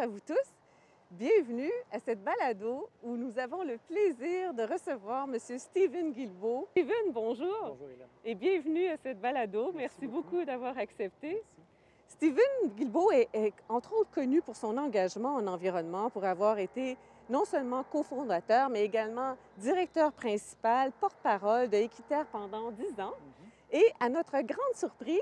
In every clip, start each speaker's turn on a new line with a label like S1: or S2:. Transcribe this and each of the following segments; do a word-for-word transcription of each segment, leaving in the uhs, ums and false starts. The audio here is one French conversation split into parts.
S1: à vous tous. Bienvenue à cette balado où nous avons le plaisir de recevoir M. Steven Guilbeault. Steven, bonjour.
S2: Bonjour Hélène.
S1: Et bienvenue à cette balado. Merci,
S2: Merci
S1: beaucoup,
S2: beaucoup
S1: d'avoir accepté.
S2: Merci.
S1: Steven Guilbeault est, est entre autres connu pour son engagement en environnement, pour avoir été non seulement cofondateur, mais également directeur principal, porte-parole de Équiterre pendant dix ans.
S2: Mm-hmm.
S1: Et à notre grande surprise,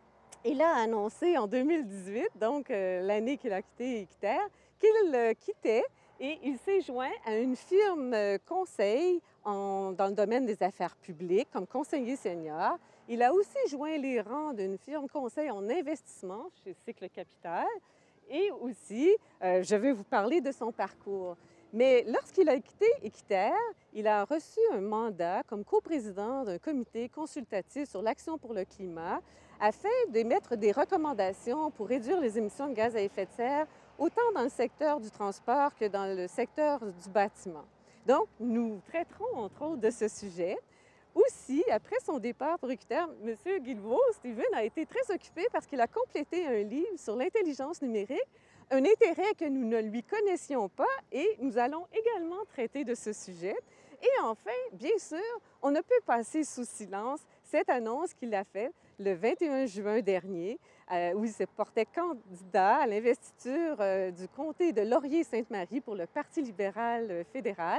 S1: il a annoncé en deux mille dix-huit, donc euh, l'année qu'il a quitté Équiterre, qu'il euh, quittait et il s'est joint à une firme euh, conseil en, dans le domaine des affaires publiques comme conseiller senior. Il a aussi joint les rangs d'une firme conseil en investissement chez Cycle Capital et aussi, euh, je vais vous parler de son parcours. Mais lorsqu'il a quitté Équiterre, il a reçu un mandat comme coprésident d'un comité consultatif sur l'action pour le climat afin d'émettre des recommandations pour réduire les émissions de gaz à effet de serre, autant dans le secteur du transport que dans le secteur du bâtiment. Donc, nous traiterons entre autres de ce sujet. Aussi, après son départ pour Équiterre, M. Guilbeault, Steven, a été très occupé parce qu'il a complété un livre sur l'intelligence numérique, un intérêt que nous ne lui connaissions pas, et nous allons également traiter de ce sujet. Et enfin, bien sûr, on ne peut passer sous silence cette annonce qu'il a faite le vingt et un juin dernier, euh, où il se portait candidat à l'investiture euh, du comté de Laurier-Sainte-Marie pour le Parti libéral euh, fédéral.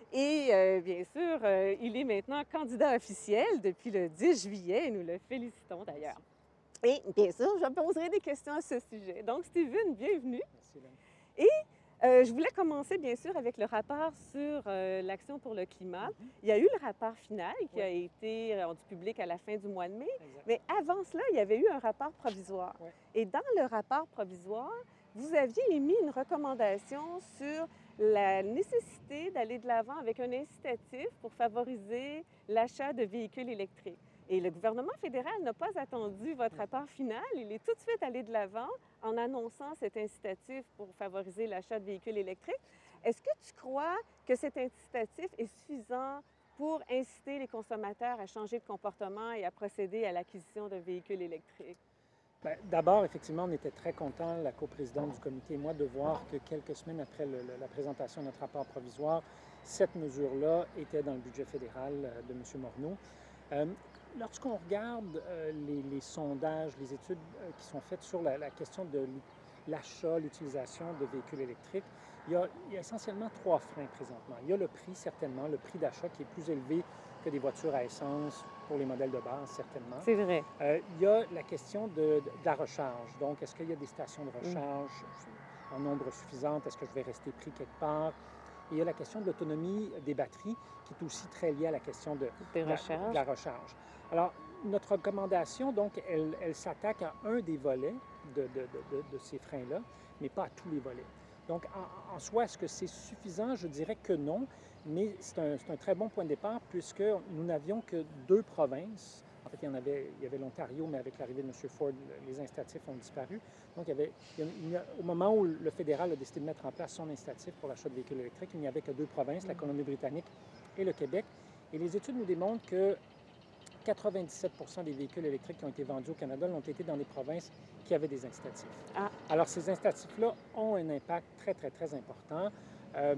S1: Et euh, bien sûr, euh, il est maintenant candidat officiel depuis le dix juillet, et nous le félicitons d'ailleurs. Et bien sûr, je poserai des questions à ce sujet. Donc, Steven, bienvenue.
S2: Merci Hélène.
S1: Et euh, je voulais commencer, bien sûr, avec le rapport sur euh, l'action pour le climat.
S2: Mm-hmm.
S1: Il y a eu le rapport final qui
S2: Oui.
S1: a été rendu public à la fin du mois de mai.
S2: Exact.
S1: Mais avant cela, il y avait eu un rapport provisoire.
S2: Oui.
S1: Et dans le rapport provisoire, vous aviez émis une recommandation sur la nécessité d'aller de l'avant avec un incitatif pour favoriser l'achat de véhicules électriques. Et le gouvernement fédéral n'a pas attendu votre rapport final. Il est tout de suite allé de l'avant en annonçant cet incitatif pour favoriser l'achat de véhicules électriques. Est-ce que tu crois que cet incitatif est suffisant pour inciter les consommateurs à changer de comportement et à procéder à l'acquisition de véhicules électriques?
S2: Bien, d'abord, effectivement, on était très contents, la coprésidente du comité et moi, de voir que quelques semaines après le, le, la présentation de notre rapport provisoire, cette mesure-là était dans le budget fédéral euh, de M. Morneau. Euh, Lorsqu'on regarde euh, les, les sondages, les études euh, qui sont faites sur la, la question de l'achat, l'utilisation de véhicules électriques, il y, a, il y a essentiellement trois freins présentement. Il y a le prix, certainement, le prix d'achat qui est plus élevé que des voitures à essence pour les modèles de base, certainement.
S1: C'est vrai.
S2: Euh, il y a la question de, de, de la recharge. Donc, est-ce qu'il y a des stations de recharge mmh. en nombre suffisant? Est-ce que je vais rester pris quelque part? Et il y a la question de l'autonomie des batteries, qui est aussi très liée à la question de,
S1: de,
S2: la,
S1: recharge.
S2: de la recharge. Alors, notre recommandation, donc, elle, elle s'attaque à un des volets de, de, de, de ces freins-là, mais pas à tous les volets. Donc, en, en soi, est-ce que c'est suffisant? Je dirais que non, mais c'est un, c'est un très bon point de départ puisque nous n'avions que deux provinces. En fait, il y en avait, il y avait l'Ontario, mais avec l'arrivée de M. Ford, les incitatifs ont disparu. Donc, il y avait, il y a, au moment où le fédéral a décidé de mettre en place son incitatif pour l'achat de véhicules électriques, il n'y avait que deux provinces, la Colombie-Britannique et le Québec. Et les études nous démontrent que quatre-vingt-dix-sept pour cent des véhicules électriques qui ont été vendus au Canada l'ont été dans des provinces qui avaient des incitatifs.
S1: Ah.
S2: Alors, ces incitatifs-là ont un impact très, très, très important. Euh,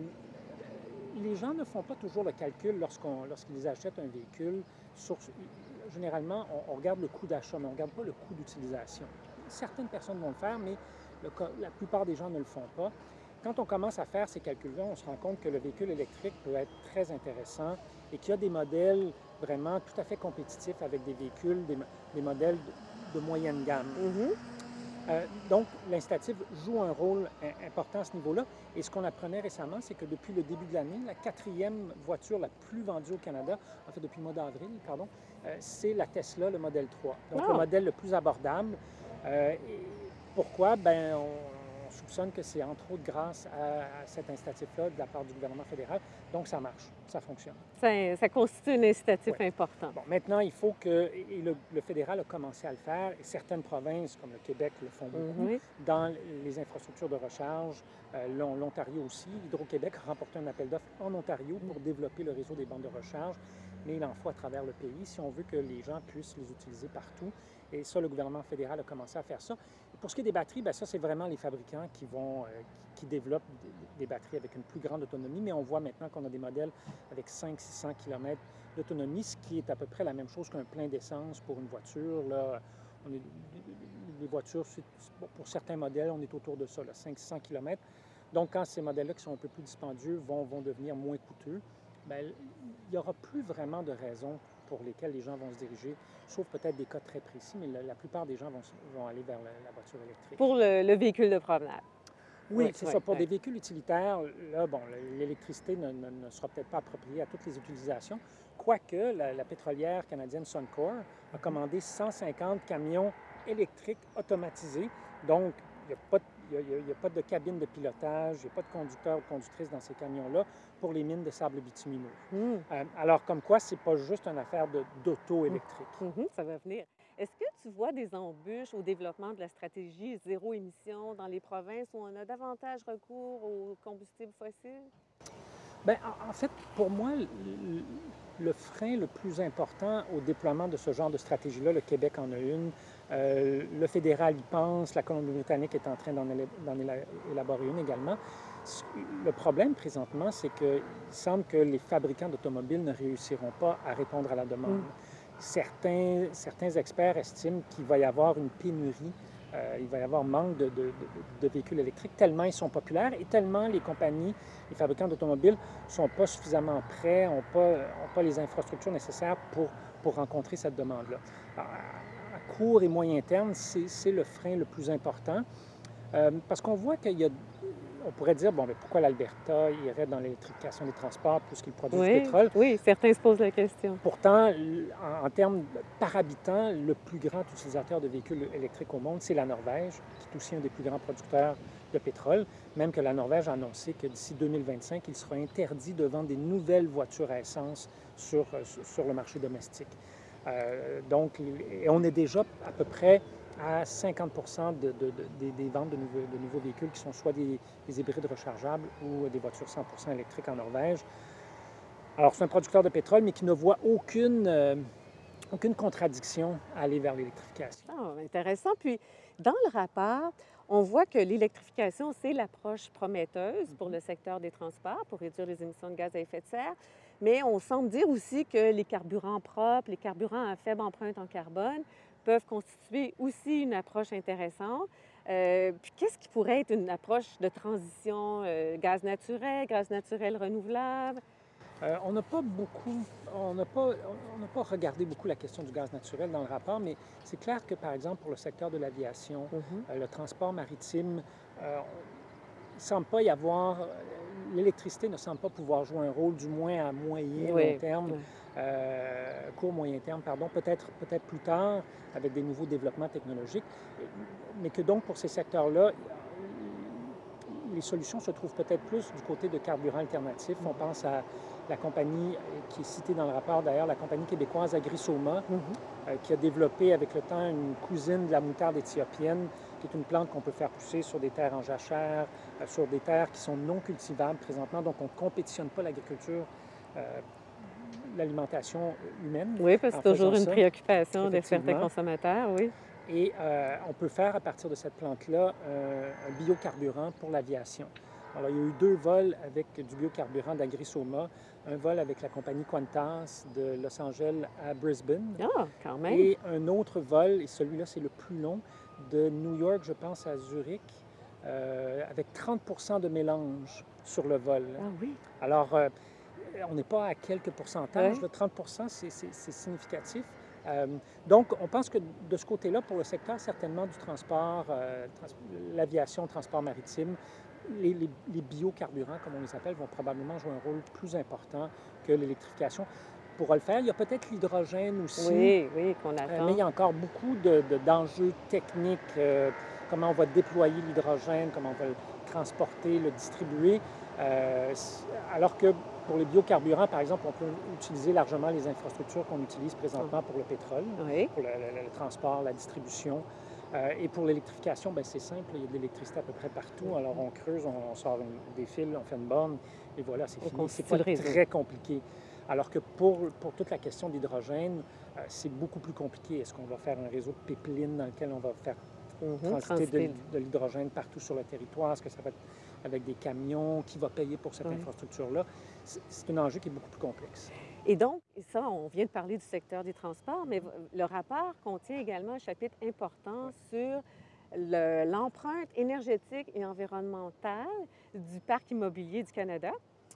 S2: les gens ne font pas toujours le calcul lorsqu'on, lorsqu'ils achètent un véhicule. Sur, généralement, on, on regarde le coût d'achat, mais on ne regarde pas le coût d'utilisation. Certaines personnes vont le faire, mais le, la plupart des gens ne le font pas. Quand on commence à faire ces calculs-là, on se rend compte que le véhicule électrique peut être très intéressant et qu'il y a des modèles vraiment tout à fait compétitifs avec des véhicules, des, des modèles de, de moyenne gamme.
S1: Mm-hmm.
S2: Euh, donc, l'incitatif joue un rôle important à ce niveau-là. Et ce qu'on apprenait récemment, c'est que depuis le début de l'année, la quatrième voiture la plus vendue au Canada, en fait depuis le mois d'avril, pardon, euh, c'est la Tesla, le modèle trois. Donc,
S1: oh.
S2: le modèle le plus abordable. Euh, et pourquoi? Bien, on, on soupçonne que c'est entre autres grâce à, à cet incitatif-là de la part du gouvernement fédéral. Donc, ça marche, ça fonctionne.
S1: Ça, ça constitue un incitatif
S2: ouais.
S1: important.
S2: Bon, maintenant, il faut que, et le, le fédéral a commencé à le faire, et certaines provinces, comme le Québec, le font beaucoup,
S1: mm-hmm.
S2: dans les infrastructures de recharge. Euh, l'Ontario aussi. Hydro-Québec a remporté un appel d'offres en Ontario pour développer le réseau des bandes de recharge. mais il en faut à travers le pays si on veut que les gens puissent les utiliser partout. Et ça, le gouvernement fédéral a commencé à faire ça. Et pour ce qui est des batteries, bien, ça, c'est vraiment les fabricants qui vont, euh, qui développent des, des batteries avec une plus grande autonomie, mais on voit maintenant qu'on a des modèles avec cinq cents à six cents kilomètres d'autonomie, ce qui est à peu près la même chose qu'un plein d'essence pour une voiture. Là, on est, les voitures, pour certains modèles, on est autour de ça, cinq cents à six cents kilomètres. Donc, quand ces modèles-là qui sont un peu plus dispendieux vont, vont devenir moins coûteux, bien, il n'y aura plus vraiment de raison pour lesquelles les gens vont se diriger, sauf peut-être des cas très précis, mais la, la plupart des gens vont, vont aller vers la, la voiture électrique.
S1: Pour le, le véhicule de promenade.
S2: Oui,
S1: oui
S2: c'est
S1: oui,
S2: ça. Pour
S1: oui.
S2: des véhicules utilitaires, là, bon, l'électricité ne, ne, ne sera peut-être pas appropriée à toutes les utilisations, quoique la, la pétrolière canadienne Suncor a commandé cent cinquante camions électriques automatisés. Donc, il n'y a pas de Il n'y a, a pas de cabine de pilotage, il n'y a pas de conducteur ou conductrice dans ces camions-là pour les mines de sable bitumineux.
S1: Mm.
S2: Euh, alors, comme quoi, ce n'est pas juste une affaire d'auto électrique.
S1: Mm -hmm, ça va venir. Est-ce que tu vois des embûches au développement de la stratégie zéro émission dans les provinces où on a davantage recours aux combustibles fossiles?
S2: Bien, en, en fait, pour moi, le, le frein le plus important au déploiement de ce genre de stratégie-là, le Québec en a une, euh, le fédéral y pense, la Colombie-Britannique est en train d'en élaborer une également. Le problème présentement, c'est qu'il semble que les fabricants d'automobiles ne réussiront pas à répondre à la demande. Mm. Certains, certains experts estiment qu'il va y avoir une pénurie, euh, il va y avoir manque de, de, de, de véhicules électriques, tellement ils sont populaires et tellement les compagnies, les fabricants d'automobiles ne sont pas suffisamment prêts, n'ont pas, ont pas les infrastructures nécessaires pour, pour rencontrer cette demande-là. À court et moyen terme, c'est le frein le plus important, euh, parce qu'on voit qu'il y a, on pourrait dire, bon, mais pourquoi l'Alberta irait dans l'électrification des transports puisqu'il produit
S1: oui,
S2: du pétrole?
S1: Oui, certains se posent la question.
S2: Pourtant, en, en termes par habitant, le plus grand utilisateur de véhicules électriques au monde, c'est la Norvège, qui est aussi un des plus grands producteurs de pétrole, même que la Norvège a annoncé que d'ici deux mille vingt-cinq, il sera interdit de vendre des nouvelles voitures à essence sur, sur le marché domestique. Euh, donc, et on est déjà à peu près à cinquante pour cent de, de, de, des, des ventes de nouveaux, de nouveaux véhicules qui sont soit des, des hybrides rechargeables ou des voitures cent pour cent électriques en Norvège. Alors, c'est un producteur de pétrole, mais qui ne voit aucune, euh, aucune contradiction à aller vers l'électrification.
S1: Ah, intéressant. Puis, dans le rapport, on voit que l'électrification, c'est l'approche prometteuse pour le secteur des transports, pour réduire les émissions de gaz à effet de serre. Mais on semble dire aussi que les carburants propres, les carburants à faible empreinte en carbone, peuvent constituer aussi une approche intéressante. Euh, puis qu'est-ce qui pourrait être une approche de transition euh, gaz naturel, gaz naturel renouvelable?
S2: Euh, on n'a pas beaucoup, on n'a pas, on n'a pas regardé beaucoup la question du gaz naturel dans le rapport, mais c'est clair que, par exemple, pour le secteur de l'aviation, mm-hmm. euh, le transport maritime, euh, il ne semble pas y avoir, l'électricité ne semble pas pouvoir jouer un rôle, du moins à moyen, oui. long terme, oui. euh, court, moyen terme, pardon, peut-être peut-être plus tard, avec des nouveaux développements technologiques, mais que donc, pour ces secteurs-là, les solutions se trouvent peut-être plus du côté de carburants alternatifs. On pense à la compagnie qui est citée dans le rapport, d'ailleurs, la compagnie québécoise Agrisoma, mm-hmm. euh, qui a développé avec le temps une cousine de la moutarde éthiopienne, qui est une plante qu'on peut faire pousser sur des terres en jachère, euh, sur des terres qui sont non cultivables présentement. Donc, on ne compétitionne pas l'agriculture, euh, l'alimentation humaine.
S1: Oui, parce que c'est toujours une ça. préoccupation de certains consommateurs, oui.
S2: Et euh, on peut faire à partir de cette plante-là euh, un biocarburant pour l'aviation. Alors, il y a eu deux vols avec du biocarburant d'Agrisoma, un vol avec la compagnie Qantas de Los Angeles à Brisbane.
S1: Ah, quand même!
S2: Et un autre vol, et celui-là, c'est le plus long, de New York, je pense, à Zurich, euh, avec trente pour cent de mélange sur le vol.
S1: Ah oui?
S2: Alors, euh, on n'est pas à quelques pourcentages,
S1: oui.
S2: de trente pour cent, c'est significatif. Euh, donc, on pense que de ce côté-là, pour le secteur certainement du transport, euh, trans l'aviation, le transport maritime, les, les, les biocarburants, comme on les appelle, vont probablement jouer un rôle plus important que l'électrification. Pour le faire, il y a peut-être l'hydrogène aussi.
S1: Oui, oui, qu'on attend.
S2: Euh, mais il y a encore beaucoup d'enjeux de, de, techniques, euh, comment on va déployer l'hydrogène, comment on va le transporter, le distribuer. Euh, alors que pour les biocarburants, par exemple, on peut utiliser largement les infrastructures qu'on utilise présentement pour le pétrole,
S1: oui.
S2: pour le, le, le transport, la distribution. Euh, et pour l'électrification, c'est simple, il y a de l'électricité à peu près partout. Alors on creuse, on, on sort une, des fils, on fait une borne, et voilà, c'est fini. C'est pas très compliqué. Alors que pour, pour toute la question d'hydrogène, euh, c'est beaucoup plus compliqué. Est-ce qu'on va faire un réseau de pipeline dans lequel on va faire
S1: Mhm,
S2: transiter de,
S1: transiter.
S2: de l'hydrogène partout sur le territoire? Est-ce que ça va être avec des camions? Qui va payer pour cette
S1: Oui.
S2: infrastructure-là? C'est c'est un enjeu qui est beaucoup plus complexe.
S1: Et donc, ça, on vient de parler du secteur des transports, mais v- le rapport contient également un chapitre important
S2: Oui.
S1: sur le- l'empreinte énergétique et environnementale du parc immobilier du Canada.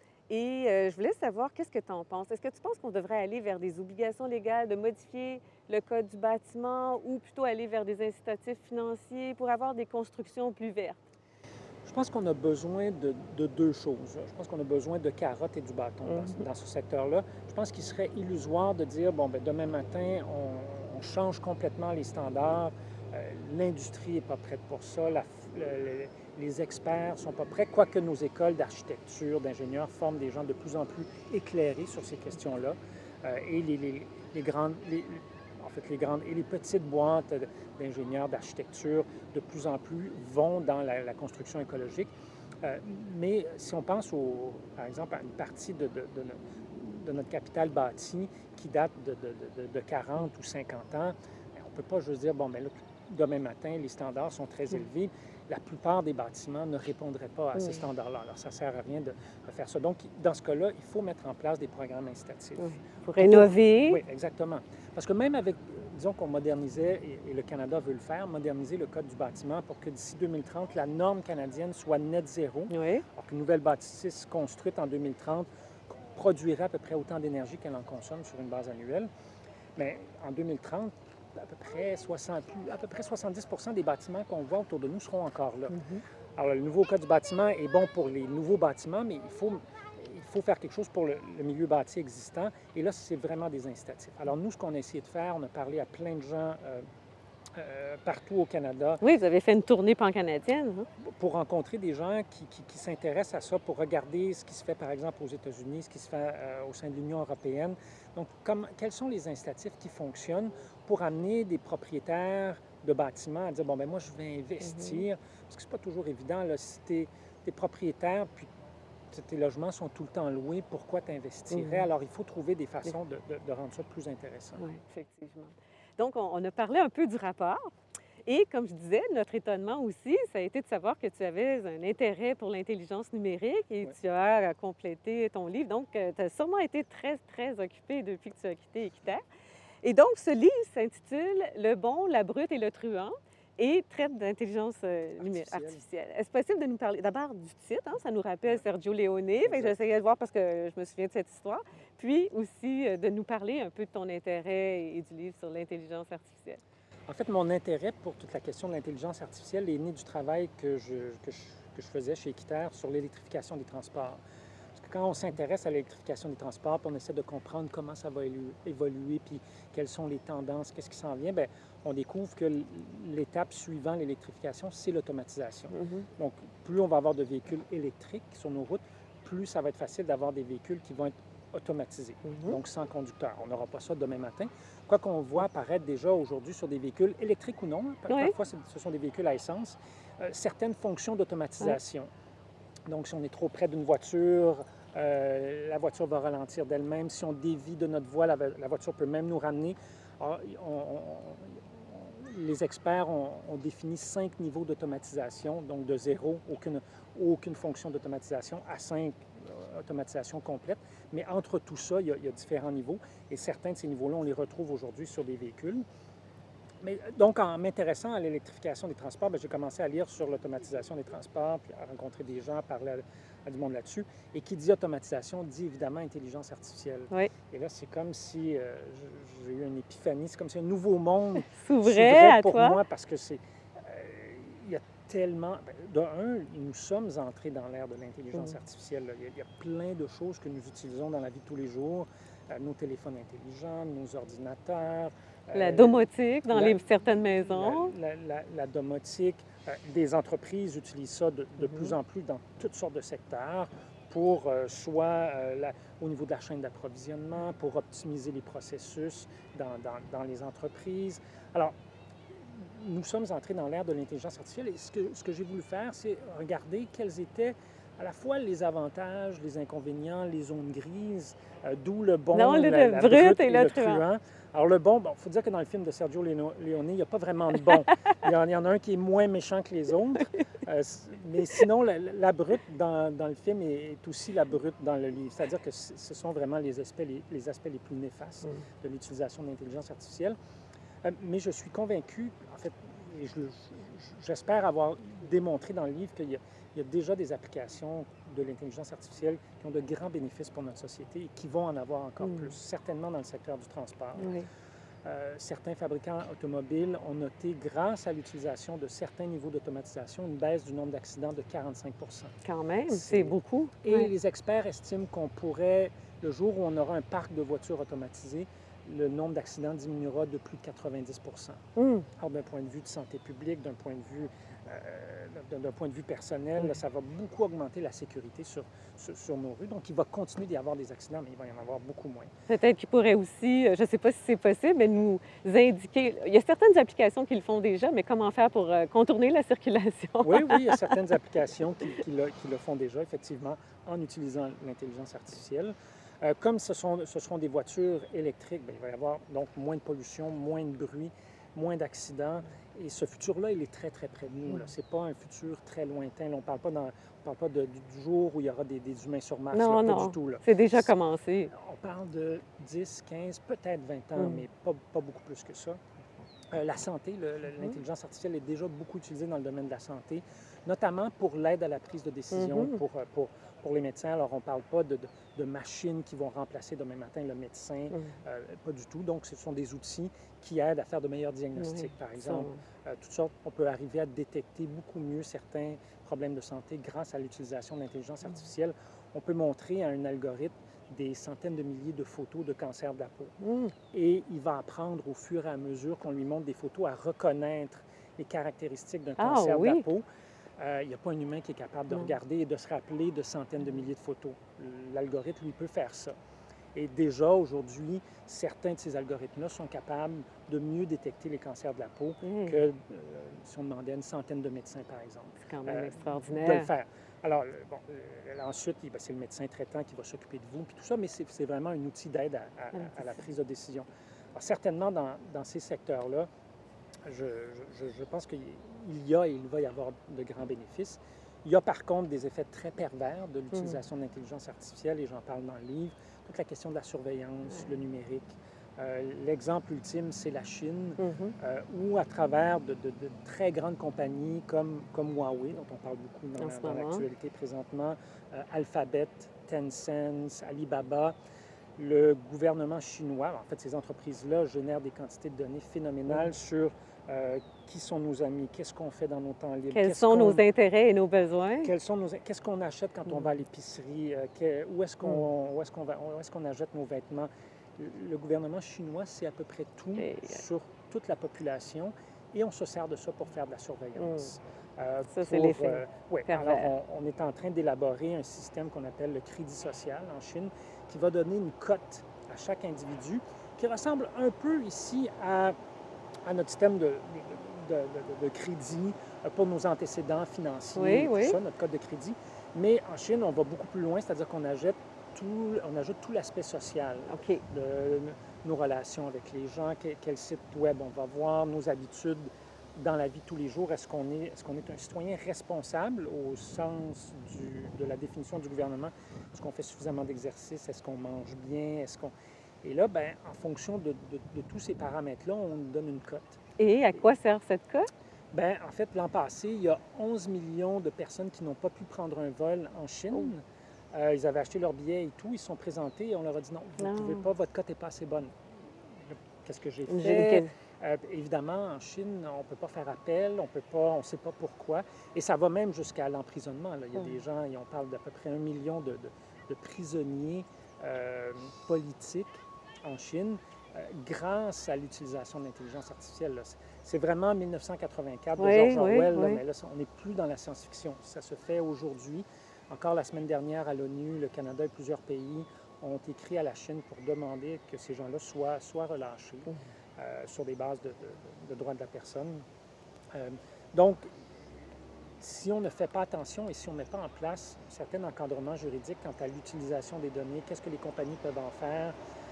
S1: Et euh, je voulais savoir, qu'est-ce que tu en penses? Est-ce que tu penses qu'on devrait aller vers des obligations légales de modifier le code du bâtiment ou plutôt aller vers des incitatifs financiers pour avoir des constructions plus vertes?
S2: Je pense qu'on a besoin de, de deux choses. Je pense qu'on a besoin de carottes et du bâton dans,
S1: Mhm.
S2: dans ce secteur-là. Je pense qu'il serait illusoire de dire, bon, ben, demain matin, on, on change complètement les standards. Euh, L'industrie n'est pas prête pour ça. La, le, les experts ne sont pas prêts, quoique nos écoles d'architecture, d'ingénieurs forment des gens de plus en plus éclairés sur ces questions-là. Euh, et les, les, les grandes... Les, en fait, les grandes et les petites boîtes d'ingénieurs d'architecture de plus en plus vont dans la, la construction écologique. Euh, mais si on pense, au, par exemple, à une partie de, de, de, de notre capital bâti qui date de, de, de, de quarante ou cinquante ans, on ne peut pas juste dire, bon, ben là, demain matin, les standards sont très élevés. La plupart des bâtiments ne répondraient pas à ces standards-là. Alors, ça ne sert à rien de, de faire ça. Donc, dans ce cas-là, il faut mettre en place des programmes incitatifs.
S1: Oui. Pour rénover.
S2: Oui, exactement. Parce que même avec, disons qu'on modernisait, et, et le Canada veut le faire, moderniser le code du bâtiment pour que d'ici deux mille trente, la norme canadienne soit net zéro.
S1: Oui.
S2: Alors qu'une nouvelle bâtisse construite en deux mille trente produirait à peu près autant d'énergie qu'elle en consomme sur une base annuelle. Mais en deux mille trente, à peu près, soixante, à peu près soixante-dix pour cent des bâtiments qu'on voit autour de nous seront encore là. Mm-hmm. Alors, le nouveau code du bâtiment est bon pour les nouveaux bâtiments, mais il faut, il faut faire quelque chose pour le, le milieu bâti existant. Et là, c'est vraiment des incitatifs. Alors, nous, ce qu'on a essayé de faire, on a parlé à plein de gens euh, euh, partout au Canada.
S1: Oui, vous avez fait une tournée pan-canadienne. Hein?
S2: Pour rencontrer des gens qui, qui, qui s'intéressent à ça, pour regarder ce qui se fait, par exemple, aux États-Unis, ce qui se fait euh, au sein de l'Union européenne. Donc, comme, quels sont les incitatifs qui fonctionnent pour amener des propriétaires de bâtiments à dire, bon, ben moi, je vais investir, mm-hmm. parce que c'est pas toujours évident, là, si tu es propriétaire, puis tes logements sont tout le temps loués, pourquoi tu investirais? Mm-hmm. Alors, il faut trouver des façons de, de, de rendre ça plus intéressant.
S1: Oui, effectivement. Donc, on, on a parlé un peu du rapport. Et comme je disais, notre étonnement aussi, ça a été de savoir que tu avais un intérêt pour l'intelligence numérique et oui. Tu as complété ton livre. Donc, tu as sûrement été très, très occupé depuis que tu as quitté Équiterre. Et donc, ce livre s'intitule « Le bon, la brute et le truand » et traite d'intelligence numérique artificielle. Est-ce possible de nous parler d'abord du titre? Hein? Ça nous rappelle Sergio Leone. J'essayais de voir parce que je me souviens de cette histoire. Puis aussi de nous parler un peu de ton intérêt et du livre sur l'intelligence artificielle.
S2: En fait, mon intérêt pour toute la question de l'intelligence artificielle est né du travail que je, que je, que je faisais chez Équiterre sur l'électrification des transports. Parce que quand on s'intéresse à l'électrification des transports, puis on essaie de comprendre comment ça va évoluer, puis quelles sont les tendances, qu'est-ce qui s'en vient, bien, on découvre que l'étape suivant l'électrification, c'est l'automatisation. Mm-hmm. Donc, plus on va avoir de véhicules électriques sur nos routes, plus ça va être facile d'avoir des véhicules qui vont être automatisés, mm-hmm. donc sans conducteur. On n'aura pas ça demain matin. Quoi qu'on voit apparaître déjà aujourd'hui sur des véhicules électriques ou non, oui. Parfois ce sont des véhicules à essence, euh, certaines fonctions d'automatisation. Oui. Donc, si on est trop près d'une voiture, euh, la voiture va ralentir d'elle-même. Si on dévie de notre voie, la, la voiture peut même nous ramener. Alors, on, on, on, les experts ont, ont défini cinq niveaux d'automatisation, donc de zéro, aucune, aucune fonction d'automatisation, à cinq, euh, automatisation complète. Mais entre tout ça, il y a, il y a différents niveaux. Et certains de ces niveaux-là, on les retrouve aujourd'hui sur des véhicules. Mais, donc, en m'intéressant à l'électrification des transports, j'ai commencé à lire sur l'automatisation des transports, puis à rencontrer des gens, à parler à, à du monde là-dessus. Et qui dit automatisation dit évidemment intelligence artificielle.
S1: Oui.
S2: Et là, c'est comme si euh, j'ai eu une épiphanie, c'est comme si un nouveau monde
S1: s'ouvrait
S2: pour
S1: toi.
S2: moi, parce que c'est... Il euh, y a tellement... Ben, de un, nous sommes entrés dans l'ère de l'intelligence mmh. artificielle. Il y, a, il y a plein de choses que nous utilisons dans la vie de tous les jours. Euh, nos téléphones intelligents, nos ordinateurs.
S1: La domotique dans
S2: la,
S1: les, certaines maisons.
S2: La, la, la, la domotique. Euh, des entreprises utilisent ça de, de mm-hmm. plus en plus dans toutes sortes de secteurs pour euh, soit euh, la, au niveau de la chaîne d'approvisionnement, pour optimiser les processus dans, dans, dans les entreprises. Alors, nous sommes entrés dans l'ère de l'intelligence artificielle et ce que, ce que j'ai voulu faire, c'est regarder quels étaient à la fois les avantages, les inconvénients, les zones grises, euh, d'où le bon,
S1: Non, le,
S2: la,
S1: le
S2: la
S1: brut
S2: brute
S1: et
S2: et
S1: le
S2: le
S1: truand.
S2: truand. Alors le bon, il bon, faut dire que dans le film de Sergio Leone, il n'y a pas vraiment de bon. Il y, en, il y en a un qui est moins méchant que les autres. Euh, mais sinon, la, la brute dans, dans le film est, est aussi la brute dans le livre. C'est-à-dire que ce sont vraiment les aspects les, les aspects les plus néfastes
S1: Mm.
S2: de l'utilisation de l'intelligence artificielle. Euh, mais je suis convaincu, en fait, et je, j'espère avoir démontré dans le livre qu'il y a, il y a déjà des applications de l'intelligence artificielle qui ont de grands bénéfices pour notre société et qui vont en avoir encore mm. plus, certainement dans le secteur du transport. Oui. Euh, certains fabricants automobiles ont noté, grâce à l'utilisation de certains niveaux d'automatisation, une baisse du nombre d'accidents de quarante-cinq pour cent.
S1: Quand même, c'est beaucoup.
S2: Et ouais. Les experts estiment qu'on pourrait, le jour où on aura un parc de voitures automatisées, le nombre d'accidents diminuera de plus de quatre-vingt-dix pour cent. Mm. Alors, d'un point de vue de santé publique, d'un point de vue, euh, d'un point de vue personnel, mm. là, ça va beaucoup augmenter la sécurité sur, sur, sur nos rues. Donc, il va continuer d'y avoir des accidents, mais il va y en avoir beaucoup moins.
S1: Peut-être qu'il pourrait aussi, je ne sais pas si c'est possible, mais nous indiquer... Il y a certaines applications qui le font déjà, mais comment faire pour contourner la circulation?
S2: Oui, oui, il y a certaines applications qui, qui, le, qui le font déjà, effectivement, en utilisant l'intelligence artificielle. Euh, comme ce, sont, ce seront des voitures électriques, bien, il va y avoir donc moins de pollution, moins de bruit, moins d'accidents. Et ce futur-là, il est très, très près de nous. Ce n'est pas un futur très lointain. Là, on ne parle pas, dans, on parle pas de, du jour où il y aura des, des humains sur Mars.
S1: Non,
S2: là,
S1: non,
S2: pas du tout.
S1: C'est déjà commencé.
S2: On parle de dix, quinze, peut-être vingt ans, mm. mais pas, pas beaucoup plus que ça. Euh, la santé, le, le, l'intelligence artificielle est déjà beaucoup utilisée dans le domaine de la santé, notamment pour l'aide à la prise de décision, mm-hmm. pour, pour, pour les médecins. Alors, on ne parle pas de, de, de machines qui vont remplacer demain matin le médecin, mm. euh, pas du tout. Donc, ce sont des outils qui aident à faire de meilleurs diagnostics, oui, par exemple. Euh, toutes sortes, on peut arriver à détecter beaucoup mieux certains problèmes de santé grâce à l'utilisation de l'intelligence mm. artificielle. On peut montrer à un algorithme des centaines de milliers de photos de cancer de la peau. Mm. Et il va apprendre au fur et à mesure qu'on lui montre des photos à reconnaître les caractéristiques d'un
S1: ah,
S2: cancer
S1: oui.
S2: de la peau. Euh, il n'y a pas un humain qui est capable de mm. regarder et de se rappeler de centaines de milliers de photos. L'algorithme, lui, peut faire ça. Et déjà, aujourd'hui, certains de ces algorithmes-là sont capables de mieux détecter les cancers de la peau mm. que euh, si on demandait à une centaine de médecins, par exemple.
S1: C'est quand même euh, extraordinaire.
S2: De le faire. Alors, bon, euh, ensuite, c'est le médecin traitant qui va s'occuper de vous, puis tout ça, mais c'est vraiment un outil d'aide à, à, à la prise de décision. Alors, certainement, dans, dans ces secteurs-là, je, je, je pense qu'il y a et il va y avoir de grands bénéfices. Il y a par contre des effets très pervers de l'utilisation mmh. de l'intelligence artificielle, et j'en parle dans le livre. Toute la question de la surveillance, mmh. le numérique. Euh, L'exemple ultime, c'est la Chine, mmh. euh, où à travers de, de, de très grandes compagnies comme, comme Huawei, dont on parle beaucoup dans, dans l'actualité présentement, euh, Alphabet, Tencent, Alibaba, le gouvernement chinois, en fait, ces entreprises-là génèrent des quantités de données phénoménales mmh. sur euh, qui sont nos amis, qu'est-ce qu'on fait dans nos temps libres.
S1: Quels sont nos intérêts et nos besoins.
S2: Quels sont nos, qu'est-ce qu'on achète quand mmh. on va à l'épicerie, euh, que, où est-ce qu'on, mmh. où est-ce qu'on va, où est-ce qu'on achète nos vêtements. Le gouvernement chinois sait à peu près tout et... sur toute la population et on se sert de ça pour faire de la surveillance.
S1: Mmh. Euh, ça, c'est l'effet. Euh,
S2: oui, alors on, on est en train d'élaborer un système qu'on appelle le crédit social en Chine qui va donner une cote à chaque individu qui ressemble un peu ici à, à notre système de, de, de, de crédit pour nos antécédents financiers,
S1: oui,
S2: tout
S1: oui.
S2: ça, notre code de crédit. Mais en Chine, on va beaucoup plus loin, c'est-à-dire qu'on achète Tout, on ajoute tout l'aspect social,
S1: okay.
S2: de nos relations avec les gens, quel, quel site web on va voir, nos habitudes dans la vie de tous les jours. Est-ce qu'on est, est-ce qu'on est un citoyen responsable au sens du, de la définition du gouvernement? Est-ce qu'on fait suffisamment d'exercice? Est-ce qu'on mange bien? Est-ce qu'on... Et là, ben, en fonction de, de, de tous ces paramètres-là, on nous donne une cote.
S1: Et à quoi sert cette cote?
S2: Ben, en fait, l'an passé, il y a onze millions de personnes qui n'ont pas pu prendre un vol en Chine. Oh. Euh, ils avaient acheté leurs billets et tout, ils se sont présentés et on leur a dit non, vous ne pouvez pas, votre cote n'est pas assez bonne. Qu'est-ce que j'ai fait? Euh, évidemment, en Chine, on ne peut pas faire appel, on peut pas, on ne sait pas pourquoi. Et ça va même jusqu'à l'emprisonnement. Là. Il y a mmh. des gens, et on parle d'à peu près un million de, de, de prisonniers euh, politiques en Chine euh, grâce à l'utilisation de l'intelligence artificielle. C'est vraiment mille neuf cent quatre-vingt-quatre oui, de George Orwell, oui, là, oui. mais là, on n'est plus dans la science-fiction. Ça se fait aujourd'hui. Encore la semaine dernière, à l'ONU, le Canada et plusieurs pays ont écrit à la Chine pour demander que ces gens-là soient, soient relâchés mmh. euh, sur des bases de, de, de droits de la personne. Euh, donc, si on ne fait pas attention et si on ne met pas en place un certain encadrement juridique quant à l'utilisation des données, qu'est-ce que les compagnies peuvent en faire,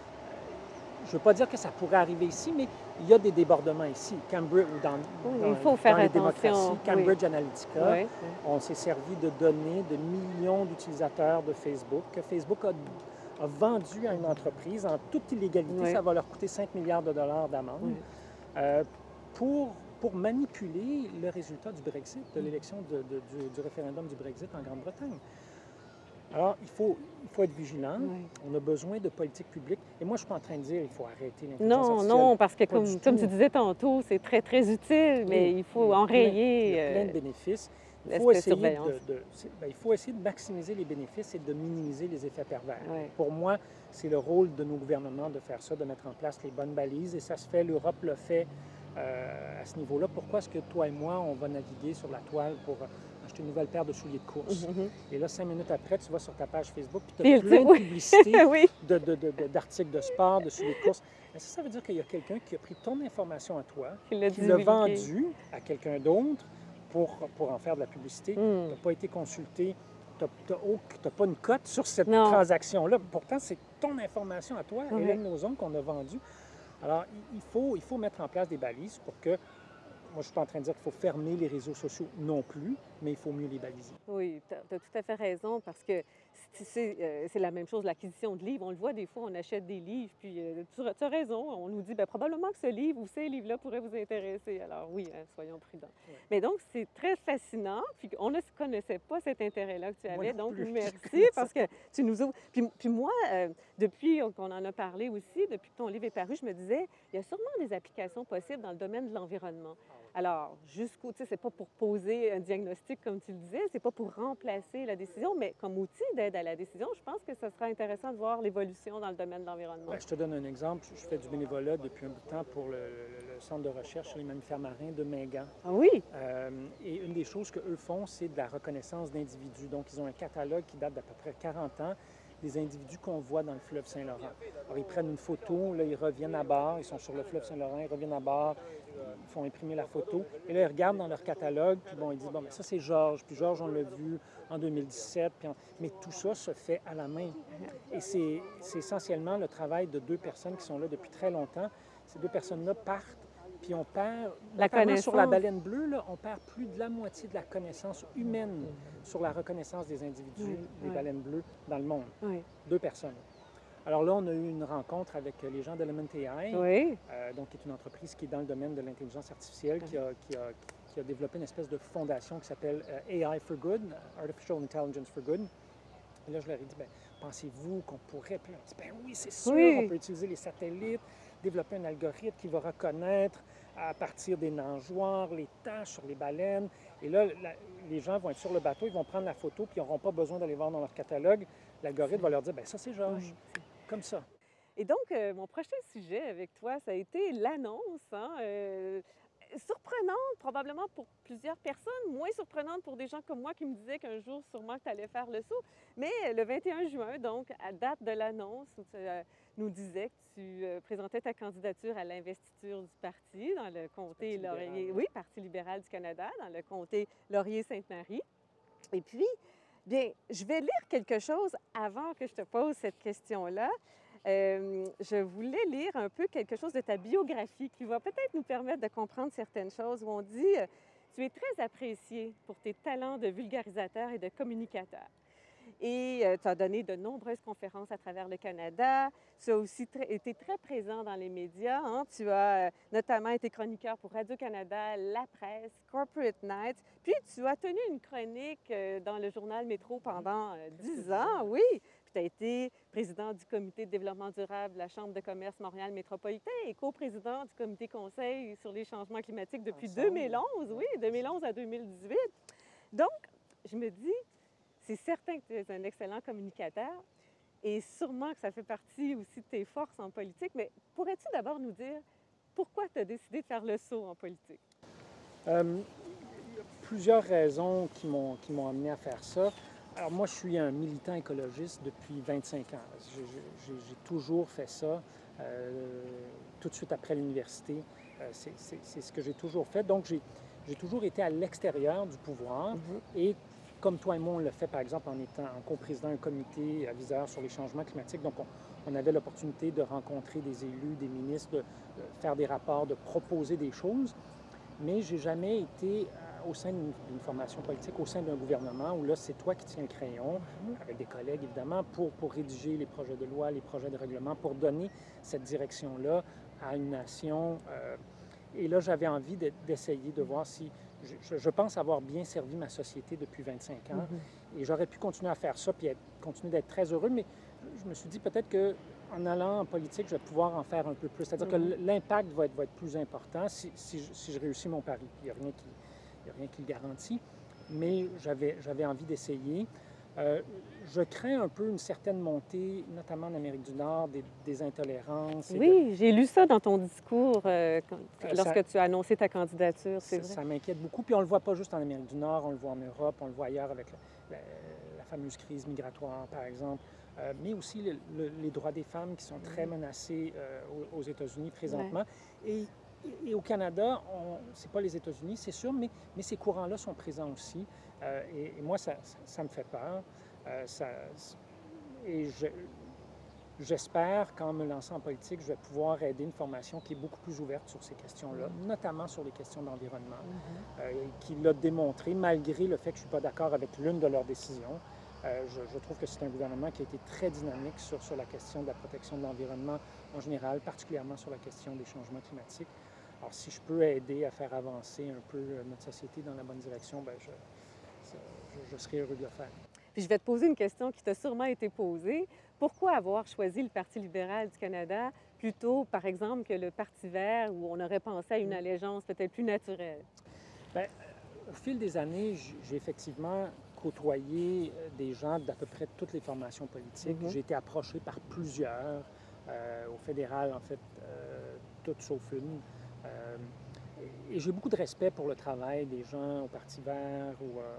S2: je ne veux pas dire que ça pourrait arriver ici, mais il y a des débordements ici. Cambridge, ou dans,
S1: Oui,
S2: dans,
S1: il faut faire
S2: dans les
S1: attention.
S2: démocraties, Cambridge
S1: Oui.
S2: Analytica,
S1: Oui, oui.
S2: on s'est servi de données de millions d'utilisateurs de Facebook, que Facebook a, a vendu à une entreprise en toute illégalité.
S1: Oui.
S2: Ça va leur coûter cinq milliards de dollars d'amende
S1: Oui.
S2: euh, pour, pour manipuler le résultat du Brexit, de l'élection de, de, du, du référendum du Brexit en Grande-Bretagne. Alors, il faut, il faut être vigilant.
S1: Oui.
S2: On a besoin de politique publique. Et moi, je ne suis pas en train de dire qu'il faut arrêter l'intelligence
S1: Non,
S2: artificielle.
S1: non, parce que
S2: Pas
S1: comme,
S2: du
S1: comme
S2: tout.
S1: tu disais tantôt, c'est très, très utile, mais
S2: Oui,
S1: il faut
S2: y a plein-
S1: enrayer
S2: il y a plein de
S1: euh,
S2: bénéfices. Il
S1: l'aspect
S2: faut, essayer
S1: surveillance.
S2: de, de- c'est- ben, il faut essayer de maximiser les bénéfices et de minimiser les effets pervers.
S1: Oui.
S2: Pour moi, c'est le rôle de nos gouvernements de faire ça, de mettre en place les bonnes balises. Et ça se fait, l'Europe le fait euh, à ce niveau-là. Pourquoi est-ce que toi et moi, on va naviguer sur la toile pour euh, acheter une nouvelle paire de souliers de course?
S1: Mhm.
S2: Et là, cinq minutes après, tu vas sur ta page Facebook, puis tu
S1: Puis
S2: as
S1: il dit-
S2: plein de
S1: oui.
S2: publicités
S1: Oui.
S2: de, de- de- de- d'articles de sport, de souliers de course. Mais ça, ça veut dire qu'il y a quelqu'un qui a pris ton information à toi,
S1: Il l'a
S2: qui l'a
S1: divulgué.
S2: vendu à quelqu'un d'autre pour, pour en faire de la publicité.
S1: Hmm.
S2: Tu n'as pas été consulté, tu n'as pas une cote sur cette
S1: Non.
S2: transaction-là. Pourtant, c'est ton information à toi,
S1: Oui.
S2: Hélène Lauzon, qu'on a vendue. Alors, il- il faut, il faut mettre en place des balises pour que... Moi, je ne suis pas en train de dire qu'il faut fermer les réseaux sociaux non plus, mais il faut mieux les baliser.
S1: Oui, tu as tout à fait raison, parce que c'est- c'est euh, c'est la même chose, l'acquisition de livres. On le voit des fois, on achète des livres, puis euh, tu as tu as raison, on nous dit ben, probablement que ce livre ou ces livres-là pourraient vous intéresser. Alors oui, hein, soyons prudents.
S2: Oui.
S1: Mais donc, c'est très fascinant, puis on ne connaissait pas cet intérêt-là que tu
S2: Moi
S1: avais,
S2: non
S1: donc
S2: plus, je
S1: merci,
S2: connaissais
S1: parce que tu nous ouvres. Puis, puis moi, euh, depuis qu'on en a parlé aussi, depuis que ton livre est paru, je me disais, il y a sûrement des applications possibles dans le domaine de l'environnement. Alors, jusqu'où, tu sais, c'est pas pour poser un diagnostic, comme tu le disais, c'est pas pour remplacer la décision, mais comme outil d'aide à la décision, je pense que ce sera intéressant de voir l'évolution dans le domaine de l'environnement.
S2: Ben, je te donne un exemple. Je fais du bénévolat depuis un bout de temps pour le, le- le centre de recherche sur les mammifères marins de Mingan.
S1: Ah oui?
S2: Euh, et une des choses qu'eux font, c'est de la reconnaissance d'individus. Donc, ils ont un catalogue qui date d'à peu près quarante ans, des individus qu'on voit dans le fleuve Saint-Laurent. Alors, ils prennent une photo, là, ils reviennent à bord, ils sont sur le fleuve Saint-Laurent, ils reviennent à bord, ils font imprimer la photo. Et là, ils regardent dans leur catalogue, puis bon, ils disent, bon, mais ça, c'est Georges. Puis Georges, on l'a vu en deux mille dix-sept. Puis en- Mais tout ça se fait à la main. Et c'est c'est essentiellement le travail de deux personnes qui sont là depuis très longtemps. Ces deux personnes-là partent, puis on perd,
S1: La
S2: notamment sur la
S1: connaissance.
S2: baleine bleue, là, on perd plus de la moitié de la connaissance humaine sur la reconnaissance des individus,
S1: Oui,
S2: des
S1: oui.
S2: baleines bleues dans le monde.
S1: Oui.
S2: Deux personnes. Alors là, on a eu une rencontre avec les gens d'Element A I,
S1: Oui.
S2: euh, donc qui est une entreprise qui est dans le domaine de l'intelligence artificielle, qui a, qui, a, qui a développé une espèce de fondation qui s'appelle euh, A I for Good, Artificial Intelligence for Good. Et là, je leur ai dit, ben, pensez-vous qu'on pourrait... Puis là, on dit, ben oui, c'est sûr,
S1: Oui.
S2: on peut utiliser les satellites, développer un algorithme qui va reconnaître à partir des nageoires les taches sur les baleines. Et là, la- les gens vont être sur le bateau, ils vont prendre la photo, puis ils n'auront pas besoin d'aller voir dans leur catalogue. L'algorithme va leur dire, ben ça, c'est Georges.
S1: Oui.
S2: Comme ça.
S1: Et donc, euh, mon prochain sujet avec toi, ça a été l'annonce, hein, euh, surprenante probablement pour plusieurs personnes, moins surprenante pour des gens comme moi qui me disaient qu'un jour, sûrement, que tu allais faire le saut. Mais euh, le vingt et un juin, donc, à date de l'annonce, où tu euh, nous disais que tu euh, présentais ta candidature à l'investiture du parti dans le comté
S2: Parti libéral,
S1: Laurier,
S2: oui.
S1: oui, Parti libéral du Canada, dans le comté Laurier-Sainte-Marie. Et puis, bien, je vais lire quelque chose avant que je te pose cette question-là. Euh, je voulais lire un peu quelque chose de ta biographie qui va peut-être nous permettre de comprendre certaines choses, où on dit euh, tu es très apprécié pour tes talents de vulgarisateur et de communicateur. Et euh, tu as donné de nombreuses conférences à travers le Canada. Tu as aussi très- été très présent dans les médias, hein. Tu as euh, notamment été chroniqueur pour Radio-Canada, La Presse, Corporate Nights. Puis tu as tenu une chronique euh, dans le journal Métro pendant euh, dix ans, oui. Puis tu as été président du comité de développement durable de la Chambre de commerce Montréal métropolitain et coprésident du comité conseil sur les changements climatiques depuis
S2: Ensemble.
S1: deux mille onze, oui, deux mille onze à deux mille dix-huit. Donc, je me dis, c'est certain que tu es un excellent communicateur et sûrement que ça fait partie aussi de tes forces en politique, mais pourrais-tu d'abord nous dire pourquoi tu as décidé de faire le saut en politique?
S2: Euh, il y a plusieurs raisons qui m'ont qui m'ont amené à faire ça. Alors moi, je suis un militant écologiste depuis vingt-cinq ans. J'ai- J'ai j'ai toujours fait ça, euh, tout de suite après l'université. Euh, c'est c'est- c'est ce que j'ai toujours fait. Donc, j'ai j'ai toujours été à l'extérieur du pouvoir.
S1: Mhm.
S2: Et comme toi et moi, on le fait, par exemple, en étant en coprésident d'un comité aviseur sur les changements climatiques. Donc, on, on avait l'opportunité de rencontrer des élus, des ministres, de, de faire des rapports, de proposer des choses. Mais je n'ai jamais été euh, au sein d'une formation politique, au sein d'un gouvernement, où là, c'est toi qui tiens le crayon,
S1: Mhm.
S2: avec des collègues, évidemment, pour, pour rédiger les projets de loi, les projets de règlement, pour donner cette direction-là à une nation. Euh, et là, j'avais envie d'essayer de voir si... Je, je, pense avoir bien servi ma société depuis vingt-cinq ans. Mm-hmm. Et j'aurais pu continuer à faire ça, puis être, continuer d'être très heureux, mais je me suis dit peut-être qu'en allant en politique, je vais pouvoir en faire un peu plus. C'est-à-dire mm-hmm. que l'impact va être, va être plus important si, si, je, si je réussis mon pari. Il n'y a rien qui, il y a rien qui le garantit, mais j'avais envie d'essayer. Euh, je crains un peu une certaine montée, notamment en Amérique du Nord, des, des intolérances.
S1: Oui, de... j'ai lu ça dans ton discours euh, quand, euh, lorsque ça, tu as annoncé ta candidature, c'est vrai.
S2: Ça m'inquiète beaucoup. Puis on ne le voit pas juste en Amérique du Nord, on le voit en Europe, on le voit ailleurs avec la, la, la fameuse crise migratoire, par exemple, euh, mais aussi le, le, les droits des femmes qui sont très menacés euh, aux, aux États-Unis présentement. Ouais. Et, et, et au Canada, ce n'est pas les États-Unis, c'est sûr, mais, mais ces courants-là sont présents aussi. Euh, et, et moi, ça, ça, ça me fait peur. Euh, ça, et je, j'espère qu'en me lançant en politique, je vais pouvoir aider une formation qui est beaucoup plus ouverte sur ces questions-là, mmh. notamment sur les questions d'environnement, mmh. euh, qui l'a démontré, malgré le fait que je ne suis pas d'accord avec l'une de leurs décisions. Euh, je, je trouve que c'est un gouvernement qui a été très dynamique sur, sur la question de la protection de l'environnement en général, particulièrement sur la question des changements climatiques. Alors, si je peux aider à faire avancer un peu notre société dans la bonne direction, bien, je, je, je serai heureux de le faire.
S1: Puis je vais te poser une question qui t'a sûrement été posée. Pourquoi avoir choisi le Parti libéral du Canada plutôt, par exemple, que le Parti vert, où on aurait pensé à une allégeance peut-être plus naturelle?
S2: Bien, au fil des années, j'ai effectivement côtoyé des gens d'à peu près toutes les formations politiques. Mm-hmm. J'ai été approché par plusieurs, euh, au fédéral, en fait, euh, toutes sauf une. Euh, et j'ai beaucoup de respect pour le travail des gens au Parti vert ou euh,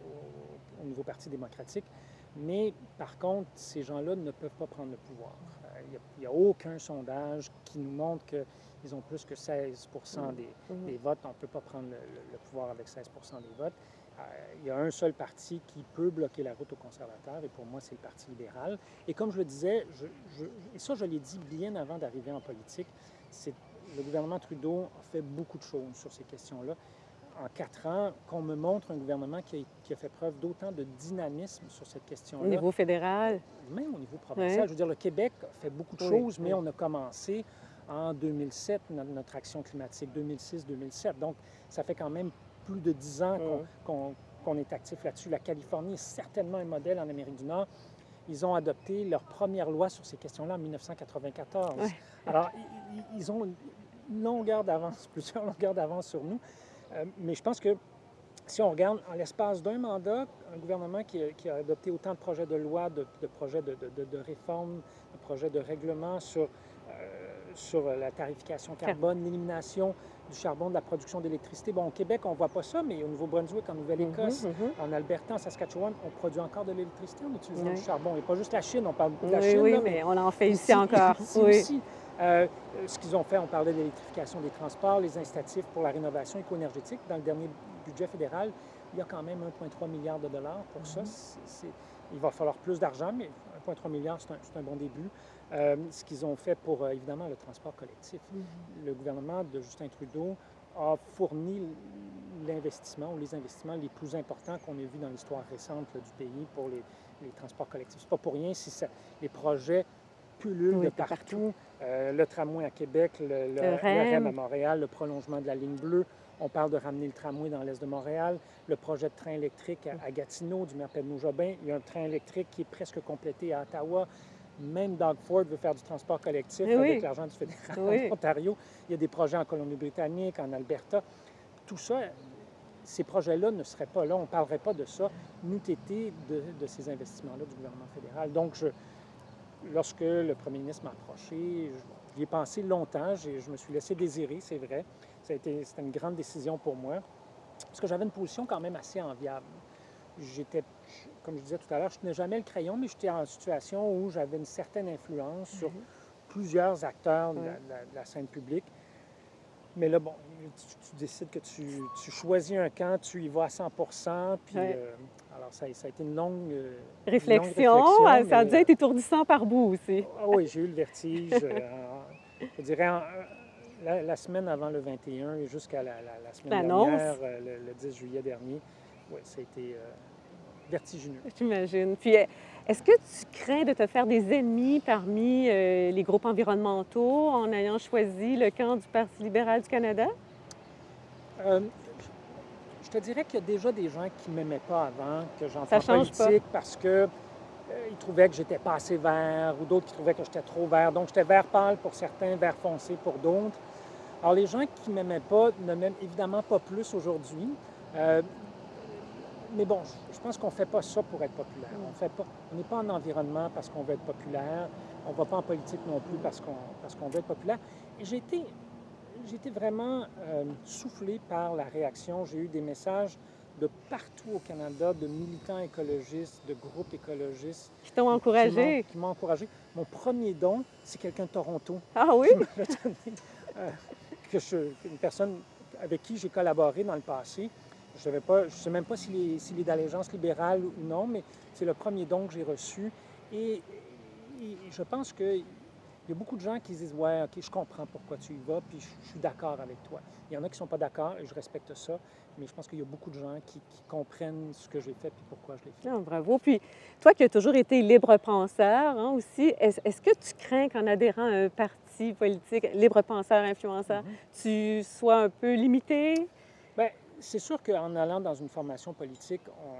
S2: au, au niveau Parti démocratique. Mais par contre, ces gens-là ne peuvent pas prendre le pouvoir. Il n'y a, a aucun sondage qui nous montre qu'ils ont plus que seize pour cent des, mmh. des votes. On ne peut pas prendre le, le, le pouvoir avec seize pour cent des votes. Euh, il y a un seul parti qui peut bloquer la route aux conservateurs, et pour moi, c'est le Parti libéral. Et comme je le disais, je, je, et ça, je l'ai dit bien avant d'arriver en politique, c'est le gouvernement Trudeau a fait beaucoup de choses sur ces questions-là. En quatre ans, qu'on me montre un gouvernement qui a, qui a fait preuve d'autant de dynamisme sur cette question-là.
S1: Au niveau fédéral?
S2: Même au niveau provincial. Ouais. Je veux dire, le Québec a fait beaucoup de oui, choses, mais oui. on a commencé en deux mille sept, notre, notre action climatique, deux mille six deux mille sept. Donc, ça fait quand même plus de dix ans qu'on, mmh. qu'on, qu'on est actif là-dessus. La Californie est certainement un modèle en Amérique du Nord. Ils ont adopté leur première loi sur ces questions-là en dix-neuf cent quatre-vingt-quatorze. Ouais. Alors, ils, ils ont une longueur d'avance, plusieurs longueurs d'avance sur nous. Euh, mais je pense que si on regarde en l'espace d'un mandat, un gouvernement qui a, qui a adopté autant de projets de loi, de, de projets de, de, de réforme, de projets de règlement sur, euh, sur la tarification carbone, l'élimination du charbon de la production d'électricité. Bon, au Québec, on ne voit pas ça, mais au Nouveau-Brunswick, en Nouvelle-Écosse, mm-hmm, mm-hmm. en Alberta, en Saskatchewan, on produit encore de l'électricité en utilisant oui. du charbon. Et pas juste la Chine, on parle de la
S1: oui,
S2: Chine.
S1: Oui,
S2: là,
S1: mais,
S2: mais
S1: on en fait
S2: ici,
S1: ici encore.
S2: Ici
S1: oui.
S2: aussi. Euh, ce qu'ils ont fait, on parlait de l'électrification des transports, les incitatifs pour la rénovation éco-énergétique. Dans le dernier budget fédéral, il y a quand même un virgule trois milliard de dollars pour mm-hmm. ça. C'est, c'est, il va falloir plus d'argent, mais un virgule trois milliard, c'est un, c'est un bon début. Euh, ce qu'ils ont fait pour, euh, évidemment, le transport collectif. Mm-hmm. Le gouvernement de Justin Trudeau a fourni l'investissement ou les investissements les plus importants qu'on ait vus dans l'histoire récente là, du pays pour les, les transports collectifs. C'est pas pour rien si ça, les projets pullulent oui, de partout. partout. Euh, le tramway à Québec, le, le, le, R E M. le R E M à Montréal, le prolongement de la ligne bleue. On parle de ramener le tramway dans l'est de Montréal. Le projet de train électrique à, à Gatineau, du maire Pedneau-Jobin. Il y a un train électrique qui est presque complété à Ottawa. Même Doug Ford veut faire du transport collectif oui. avec l'argent du fédéral oui. en Ontario. Il y a des projets en Colombie-Britannique, en Alberta. Tout ça, ces projets-là ne seraient pas là. On ne parlerait pas de ça, n'eût été de, de ces investissements-là du gouvernement fédéral. Donc, je, lorsque le premier ministre m'a approché, j'y ai pensé longtemps. J'ai, je me suis laissé désirer, c'est vrai. Ça a été, c'était une grande décision pour moi. Parce que j'avais une position quand même assez enviable. J'étais, comme je disais tout à l'heure, je ne tenais jamais le crayon, mais j'étais en situation où j'avais une certaine influence mm-hmm. sur plusieurs acteurs de, oui. la, de, la, de la scène publique. Mais là, bon, tu, tu décides que tu, tu choisis un camp, tu y vas à cent pour cent. Puis,
S1: Ouais.
S2: euh, alors, ça, ça a été une longue, euh, une longue
S1: Réflexion,
S2: réflexion.
S1: euh, ça a
S2: Mais,
S1: dû
S2: euh,
S1: être étourdissant par bout aussi.
S2: ah oui, j'ai eu le vertige. euh, en- je dirais en- la, la semaine avant le vingt et un et jusqu'à la, la- la semaine
S1: L'annonce,
S2: dernière, euh, le, le dix juillet dernier. Oui, ça a été euh, vertigineux.
S1: j'imagine. Puis, euh, est-ce que tu crains de te faire des ennemis parmi euh, les groupes environnementaux en ayant choisi le camp du Parti libéral du Canada?
S2: Euh, je te dirais qu'il y a déjà des gens qui ne m'aimaient pas avant, que j'entre
S1: Ça
S2: en
S1: change pas.
S2: politique parce que euh, ils trouvaient que j'étais pas assez vert ou d'autres qui trouvaient que j'étais trop vert. Donc, j'étais vert pâle pour certains, vert foncé pour d'autres. Alors, les gens qui ne m'aimaient pas ne m'aiment évidemment pas plus aujourd'hui. Euh, mais bon, je pense qu'on ne fait pas ça pour être populaire. On fait pas, on n'est pas en environnement parce qu'on veut être populaire. On ne va pas en politique non plus parce qu'on parce qu'on veut être populaire. Et j'ai été, j'ai été vraiment euh, soufflé par la réaction. J'ai eu des messages de partout au Canada, de militants écologistes, de groupes écologistes
S1: Qui t'ont
S2: qui m'ont
S1: encouragé?
S2: qui m'ont encouragé. Mon premier don, c'est quelqu'un de Toronto
S1: Ah oui?
S2: qui me l'a donné, euh, que je, une personne avec qui j'ai collaboré dans le passé. Je ne sais même pas s'il est, s'il est d'allégeance libérale ou non, mais c'est le premier don que j'ai reçu. Et, et je pense qu'il y a beaucoup de gens qui disent « Ouais, OK, je comprends pourquoi tu y vas, puis je, je suis d'accord avec toi. » Il y en a qui ne sont pas d'accord et je respecte ça, mais je pense qu'il y a beaucoup de gens qui, qui comprennent ce que j'ai fait et pourquoi je l'ai fait.
S1: Ah, bravo. Puis, toi qui as toujours été libre penseur hein, aussi, est-ce, est-ce que tu crains qu'en adhérant à un parti politique, libre penseur, influenceur,
S2: Mm-hmm.
S1: tu sois un peu limité?
S2: Bien, c'est sûr qu'en allant dans une formation politique,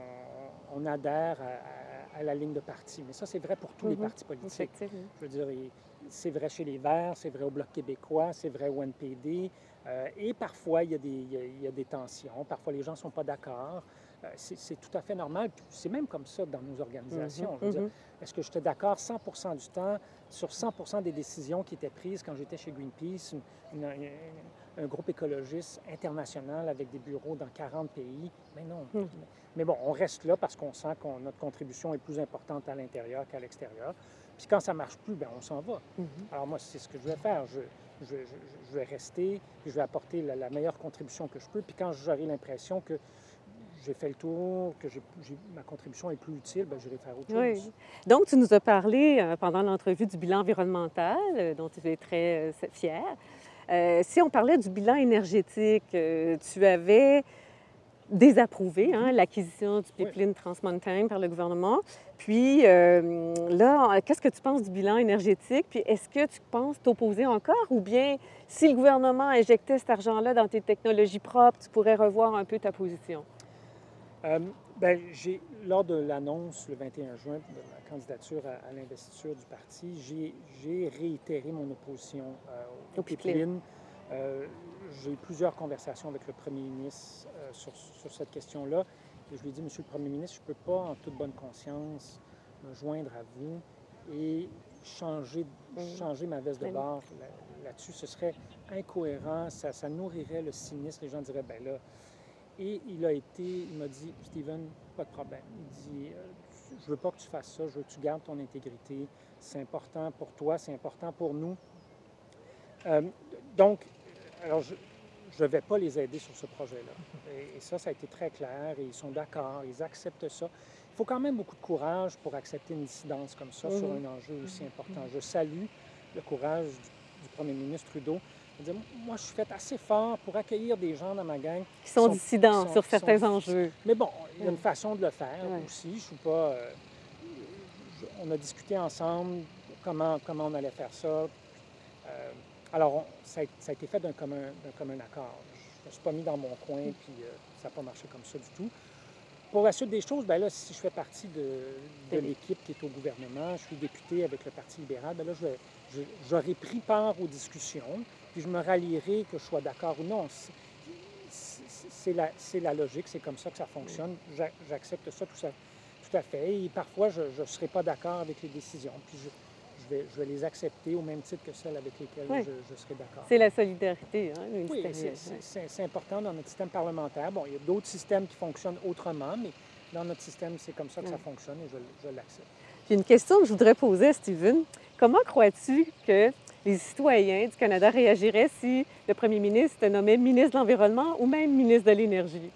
S2: on, on adhère à, à, à la ligne de parti. Mais ça, c'est vrai pour tous les
S1: Mm-hmm.
S2: partis politiques.
S1: Effectivement.
S2: Je veux dire, c'est vrai chez les Verts, c'est vrai au Bloc québécois, c'est vrai au N P D. Euh, et parfois, il y, a des, il, y a, il y a des tensions. Parfois, les gens ne sont pas d'accord. Euh, c'est, c'est tout à fait normal. C'est même comme ça dans nos organisations.
S1: Mm-hmm.
S2: Je veux dire,
S1: Mm-hmm.
S2: est-ce que j'étais d'accord cent pour cent du temps sur cent pour cent des décisions qui étaient prises quand j'étais chez Greenpeace, une, une, une, un groupe écologiste international avec des bureaux dans quarante pays? Mais non.
S1: Mm.
S2: Mais bon, on reste là parce qu'on sent que notre contribution est plus importante à l'intérieur qu'à l'extérieur. Puis quand ça ne marche plus, bien, on s'en va.
S1: Mm-hmm.
S2: Alors moi, c'est ce que je vais faire. Je, je, je, je vais rester, je vais apporter la, la meilleure contribution que je peux. Puis quand j'aurai l'impression que j'ai fait le tour, que j'ai, j'ai, ma contribution est plus utile, bien, j'irai faire autre chose.
S1: Oui. Donc, tu nous as parlé euh, pendant l'entrevue du bilan environnemental, euh, dont tu es très euh, fière. Euh, si on parlait du bilan énergétique, euh, tu avais désapprouvé hein, l'acquisition du pipeline oui. Trans Mountain par le gouvernement. Puis euh, là, qu'est-ce que tu penses du bilan énergétique? Puis est-ce que tu penses t'opposer encore? Ou bien, si le gouvernement injectait cet argent-là dans tes technologies propres, tu pourrais revoir un peu ta position?
S2: Euh, bien, j'ai, lors de l'annonce le vingt et un juin de ma candidature à, à l'investiture du parti, j'ai, j'ai réitéré mon opposition euh, au, au pipeline. pipeline. Euh, j'ai eu plusieurs conversations avec le premier ministre euh, sur, sur cette question-là. Et je lui ai dit, Monsieur le Premier ministre, je ne peux pas, en toute bonne conscience, me joindre à vous et changer, mmh. changer ma veste de bord là, là-dessus. Ce serait incohérent, ça, ça nourrirait le cynisme. Les gens diraient, ben là... Et il a été, il m'a dit, Steven, pas de problème. Il dit, euh, je veux pas que tu fasses ça, je veux que tu gardes ton intégrité. C'est important pour toi, c'est important pour nous. Euh, donc, alors je ne vais pas les aider sur ce projet-là. Et, et ça, ça a été très clair et ils sont d'accord, ils acceptent ça. Il faut quand même beaucoup de courage pour accepter une dissidence comme ça mmh. sur un enjeu aussi important. Je salue le courage du, du premier ministre Trudeau. Dire, moi, je suis fait assez fort pour accueillir des gens dans ma gang
S1: qui sont, qui sont dissidents qui sont, sur qui certains sont, enjeux.
S2: Mais bon, il y a une façon de le faire
S1: ouais.
S2: aussi. Je suis pas. Euh, je, on a discuté ensemble comment, comment on allait faire ça. Euh, alors, on, ça, a, ça a été fait d'un commun, d'un commun accord. Je ne me suis pas mis dans mon coin, mm. puis euh, ça n'a pas marché comme ça du tout. Pour la suite des choses, bien là, si je fais partie de, de l'équipe qui est au gouvernement, je suis député avec le Parti libéral, bien là, je vais, je, j'aurais pris part aux discussions, puis je me rallierai que je sois d'accord ou non. C'est, c'est, la, c'est la logique, c'est comme ça que ça fonctionne. J'a, j'accepte ça tout, ça tout à fait. Et parfois, je ne serai pas d'accord avec les décisions, puis je, je, vais, je vais les accepter au même titre que celles avec lesquelles oui. je, je serai d'accord.
S1: C'est la solidarité, hein,
S2: oui, c'est, c'est, c'est, c'est important dans notre système parlementaire. Bon, il y a d'autres systèmes qui fonctionnent autrement, mais dans notre système, c'est comme ça que oui. ça fonctionne et je, je l'accepte.
S1: Puis une question que je voudrais poser à Steven. Comment crois-tu que les citoyens du Canada réagiraient si le premier ministre te nommait ministre de l'Environnement ou même ministre de l'Énergie?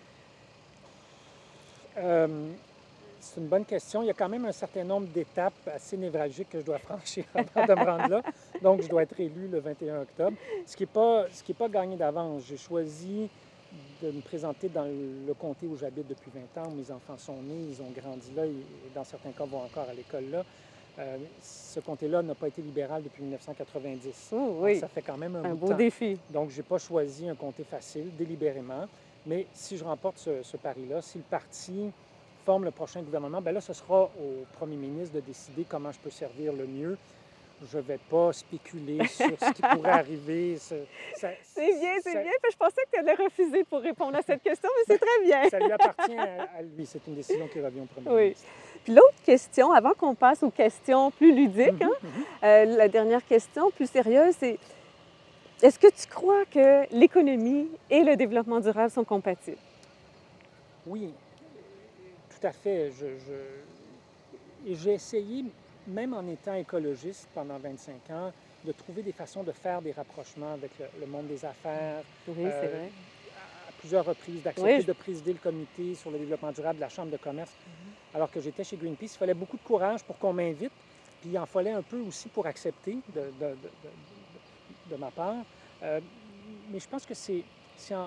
S2: Euh, c'est une bonne question. Il y a quand même un certain nombre d'étapes assez névralgiques que je dois franchir avant de me rendre là. Donc, je dois être élu le vingt et un octobre, ce qui n'est pas, ce qui est pas gagné d'avance. J'ai choisi de me présenter dans le comté où j'habite depuis vingt ans, où mes enfants sont nés, ils ont grandi là et dans certains cas vont encore à l'école là. Euh, ce comté-là n'a pas été libéral depuis mille neuf cent quatre-vingt-dix.
S1: Oh, oui.
S2: Donc, ça fait quand même un,
S1: Un
S2: bout
S1: beau
S2: de temps.
S1: défi.
S2: Donc, je n'ai pas choisi un comté facile, délibérément. Mais si je remporte ce, ce pari-là, si le parti forme le prochain gouvernement, bien là, ce sera au premier ministre de décider comment je peux servir le mieux. Je ne vais pas spéculer sur ce qui pourrait arriver.
S1: C'est bien, c'est bien. Je pensais que tu allais refuser pour répondre à cette question, mais c'est très bien.
S2: Ça lui appartient à, à lui. C'est une décision qui revient au premier
S1: oui.
S2: ministre.
S1: Puis l'autre question, avant qu'on passe aux questions plus ludiques,
S2: Mm-hmm,
S1: hein,
S2: mm-hmm.
S1: euh, la dernière question plus sérieuse, c'est est-ce que tu crois que l'économie et le développement durable sont compatibles?
S2: Oui, tout à fait. Je, je... Et j'ai essayé, même en étant écologiste pendant vingt-cinq ans, de trouver des façons de faire des rapprochements avec le, le monde des affaires.
S1: Oui, c'est
S2: euh,
S1: vrai.
S2: À plusieurs reprises, d'accepter
S1: Oui, je...
S2: de présider le comité sur le développement durable de la Chambre de commerce. Mm-hmm. Alors que j'étais chez Greenpeace, il fallait beaucoup de courage pour qu'on m'invite, puis il en fallait un peu aussi pour accepter de, de, de, de, de ma part. Euh, mais je pense que c'est en,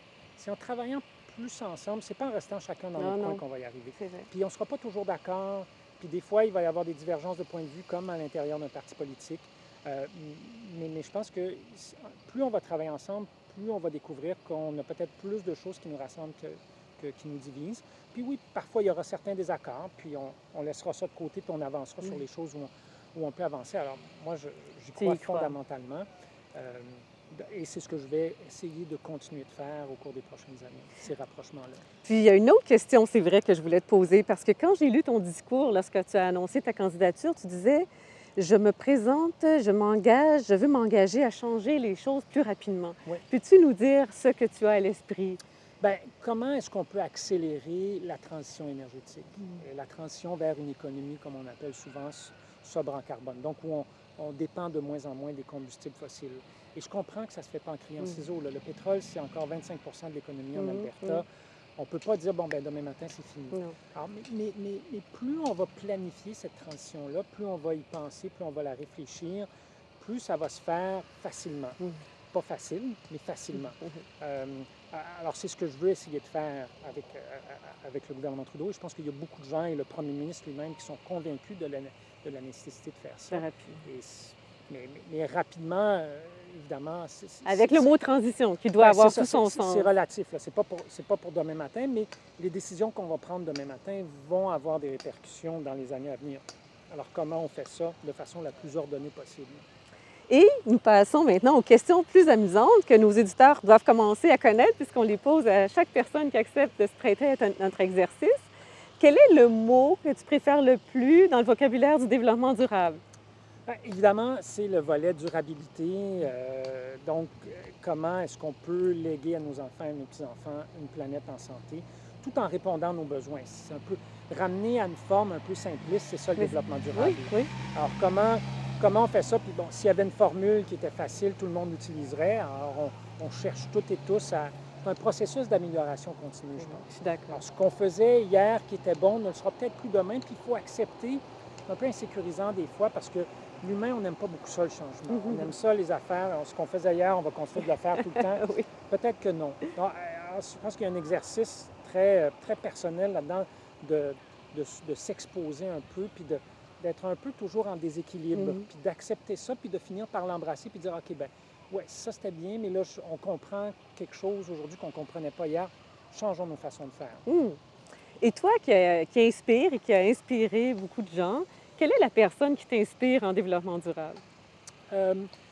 S2: en travaillant plus ensemble, c'est pas en restant chacun dans notre coin qu'on va y arriver. Puis on ne sera pas toujours d'accord, puis des fois il va y avoir des divergences de point de vue comme à l'intérieur d'un parti politique. Euh, mais, mais je pense que plus on va travailler ensemble, plus on va découvrir qu'on a peut-être plus de choses qui nous rassemblent que, que, qui nous divisent. Puis oui, parfois il y aura certains désaccords, puis on, on laissera ça de côté, puis on avancera mmh. sur les choses où on, où on peut avancer. Alors moi, j'y crois fondamentalement. Euh, Et c'est ce que je vais essayer de continuer de faire au cours des prochaines années, ces rapprochements-là.
S1: Puis il y a une autre question, c'est vrai, que je voulais te poser, parce que quand j'ai lu ton discours, lorsque tu as annoncé ta candidature, tu disais « Je me présente, je m'engage, je veux m'engager à changer les choses plus rapidement. Oui. » Peux-tu nous dire ce que tu as à l'esprit?
S2: Bien, comment est-ce qu'on peut accélérer la transition énergétique, mmh. la transition vers une économie, comme on appelle souvent, sobre en carbone, donc où on, on dépend de moins en moins des combustibles fossiles. Et je comprends que ça ne se fait pas en criant mmh. ciseaux. Là. Le pétrole, c'est encore vingt-cinq pour cent de l'économie mmh. en Alberta. Mmh. On ne peut pas dire, bon, ben demain matin, c'est fini. Alors, mais, mais, mais, mais plus on va planifier cette transition-là, plus on va y penser, plus on va la réfléchir, plus ça va se faire facilement. Mmh. Pas facile, mais facilement. Mmh. Euh, alors, c'est ce que je veux essayer de faire avec, euh, avec le gouvernement Trudeau. Et je pense qu'il y a beaucoup de gens, et le premier ministre lui-même, qui sont convaincus de la, de la nécessité de faire ça. Et mais, mais, mais rapidement, euh, évidemment... C est, c est,
S1: avec le mot transition, qui doit ben, avoir tout ça, son sens.
S2: C'est relatif. Ce n'est pas, pas pour demain matin, mais les décisions qu'on va prendre demain matin vont avoir des répercussions dans les années à venir. Alors, comment on fait ça de façon la plus ordonnée possible?
S1: Et nous passons maintenant aux questions plus amusantes que nos éditeurs doivent commencer à connaître puisqu'on les pose à chaque personne qui accepte de se prêter à notre exercice. Quel est le mot que tu préfères le plus dans le vocabulaire du développement durable?
S2: Bien, évidemment, c'est le volet durabilité. Euh, donc, comment est-ce qu'on peut léguer à nos enfants et à nos petits-enfants une planète en santé, tout en répondant à nos besoins. C'est un peu ramener à une forme un peu simpliste, c'est ça le Mais, développement durable.
S1: Oui, oui.
S2: Alors, comment... Comment on fait ça? Puis bon, s'il y avait une formule qui était facile, tout le monde l'utiliserait. Alors, on, on cherche toutes et tous à... C'est un processus d'amélioration continue, je pense.
S1: Je suis d'accord.
S2: Alors, ce qu'on faisait hier qui était bon ne le sera peut-être plus demain, puis il faut accepter. C'est un peu insécurisant des fois parce que l'humain, on n'aime pas beaucoup ça, le changement. Mm-hmm. On aime ça, les affaires. Alors, ce qu'on faisait hier, on va continuer de le faire tout le temps. Oui. Peut-être que non. Donc, alors, je pense qu'il y a un exercice très, très personnel là-dedans de, de, de s'exposer un peu, puis de... d'être un peu toujours en déséquilibre, mm-hmm. puis d'accepter ça, puis de finir par l'embrasser, puis de dire, OK, ben ouais, ça c'était bien, mais là, on comprend quelque chose aujourd'hui qu'on ne comprenait pas hier. Changeons nos façons de faire.
S1: Mm. Et toi, qui, a, qui inspire et qui a inspiré beaucoup de gens, quelle est la personne qui t'inspire en développement durable?
S2: Euh,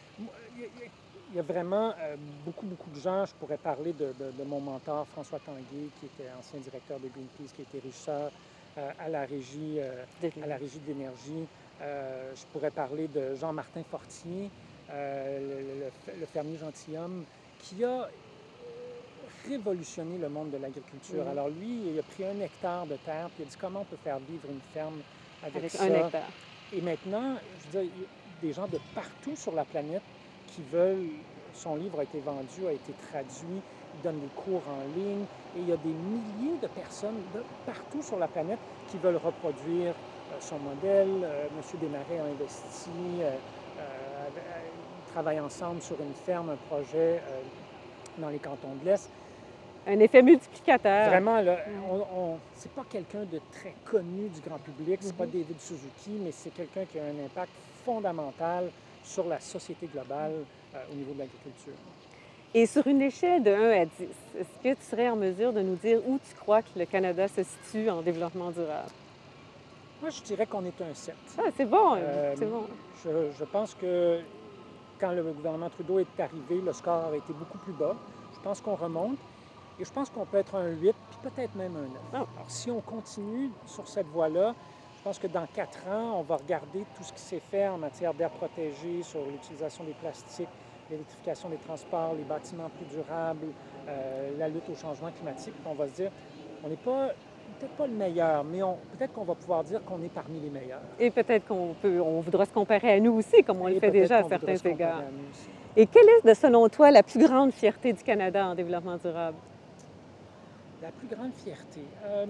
S2: il y a vraiment euh, beaucoup, beaucoup de gens. Je pourrais parler de, de, de mon mentor, François Tanguay, qui était ancien directeur de Greenpeace, qui était régisseur euh, à la régie, euh, à la régie de l'énergie. Euh, je pourrais parler de Jean-Martin Fortier, euh, le, le, le fermier gentilhomme, qui a révolutionné le monde de l'agriculture. Mmh. Alors lui, il a pris un hectare de terre, puis il a dit comment on peut faire vivre une ferme avec, avec ça.
S1: un hectare.
S2: Et maintenant, je veux dire, des gens de partout sur la planète qui veulent... Son livre a été vendu, a été traduit, il donne des cours en ligne et il y a des milliers de personnes de partout sur la planète qui veulent reproduire euh, son modèle. Euh, M. Desmarais a investi, euh, euh, ils travaillent ensemble sur une ferme, un projet euh, dans les cantons de l'Est.
S1: Un effet multiplicateur.
S2: Vraiment, là, on, on, c'est pas quelqu'un de très connu du grand public, c'est mm-hmm. pas David Suzuki, mais c'est quelqu'un qui a un impact fondamental sur la société globale euh, au niveau de l'agriculture.
S1: Et sur une échelle de un à dix, est-ce que tu serais en mesure de nous dire où tu crois que le Canada se situe en développement durable?
S2: Moi, je dirais qu'on est un sept.
S1: Ah, c'est bon, euh, c'est bon.
S2: Je, je pense que quand le gouvernement Trudeau est arrivé, le score a été beaucoup plus bas. Je pense qu'on remonte. Et je pense qu'on peut être un huit, puis peut-être même un neuf. Oh. Alors, si on continue sur cette voie-là, je pense que dans quatre ans, on va regarder tout ce qui s'est fait en matière d'air protégé, sur l'utilisation des plastiques, l'électrification des transports, les bâtiments plus durables, euh, la lutte au changement climatique. Puis on va se dire, on n'est pas, peut-être pas le meilleur, mais on, peut-être qu'on va pouvoir dire qu'on est parmi les meilleurs.
S1: Et peut-être qu'on peut, on voudra se comparer à nous aussi, comme on Et le fait déjà à certains égards.
S2: À
S1: Et quelle est, selon toi, la plus grande fierté du Canada en développement durable?
S2: La plus grande fierté. Euh,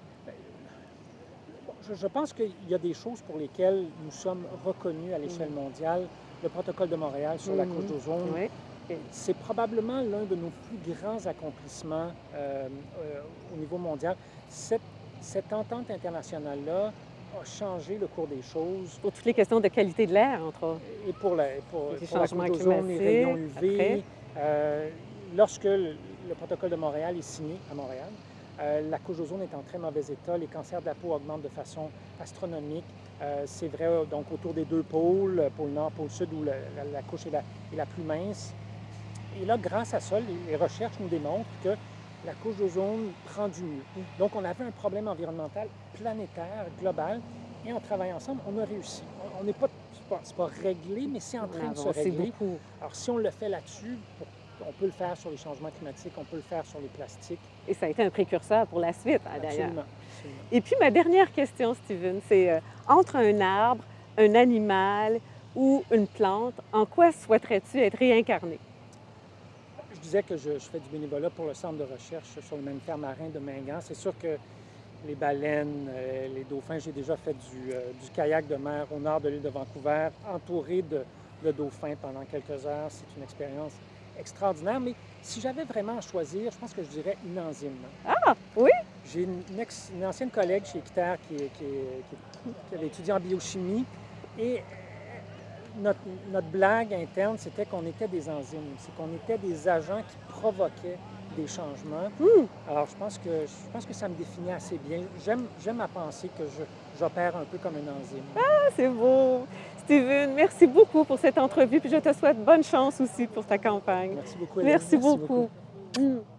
S2: je, je pense qu'il y a des choses pour lesquelles nous sommes reconnus à l'échelle mondiale. Le protocole de Montréal sur mm-hmm. la couche d'ozone, oui. c'est probablement l'un de nos plus grands accomplissements euh, euh, au niveau mondial. Cette, cette entente internationale-là a changé le cours des choses.
S1: Pour toutes les questions de qualité de l'air, entre autres.
S2: Et pour la, pour, pour la couche d'ozone, les rayons U V. Euh, lorsque le, le protocole de Montréal est signé à Montréal, euh, la couche d'ozone est en très mauvais état. Les cancers de la peau augmentent de façon astronomique. Euh, c'est vrai donc autour des deux pôles, pôle nord, pôle sud, où la, la, la couche est la, est la plus mince. Et là, grâce à ça, les, les recherches nous démontrent que la couche d'ozone prend du mieux. Donc, on avait un problème environnemental planétaire, global, et en travaillant ensemble, on a réussi. On n'est pas, c'est pas, c'est pas réglé, mais c'est en train de se régler.
S1: Beaucoup.
S2: Alors, si on le fait là-dessus, on peut le faire sur les changements climatiques, on peut le faire sur les plastiques.
S1: Et ça a été un précurseur pour la suite, hein, d'ailleurs.
S2: Absolument, absolument.
S1: Et puis, ma dernière question, Steven, c'est euh, entre un arbre, un animal ou une plante, en quoi souhaiterais-tu être réincarné?
S2: Je disais que je, je fais du bénévolat pour le centre de recherche sur le mammifère marin de Mingan. C'est sûr que les baleines, euh, les dauphins, j'ai déjà fait du, euh, du kayak de mer au nord de l'île de Vancouver, entouré de, de dauphins pendant quelques heures. C'est une expérience extraordinaire, mais si j'avais vraiment à choisir, je pense que je dirais une enzyme.
S1: Ah, oui?
S2: J'ai une, ex, une ancienne collègue chez Équiterre qui, qui, qui, qui avait étudié en biochimie et notre, notre blague interne, c'était qu'on était des enzymes, c'est qu'on était des agents qui provoquaient des changements.
S1: Mmh.
S2: Alors, je pense, que, je pense que ça me définit assez bien. J'aime, j'aime à penser que je, j'opère un peu comme une enzyme.
S1: Ah, c'est beau! Steven, merci beaucoup pour cette entrevue, puis je te souhaite bonne chance aussi pour ta campagne.
S2: Merci beaucoup, Hélène.
S1: Merci, merci beaucoup. beaucoup. Mmh.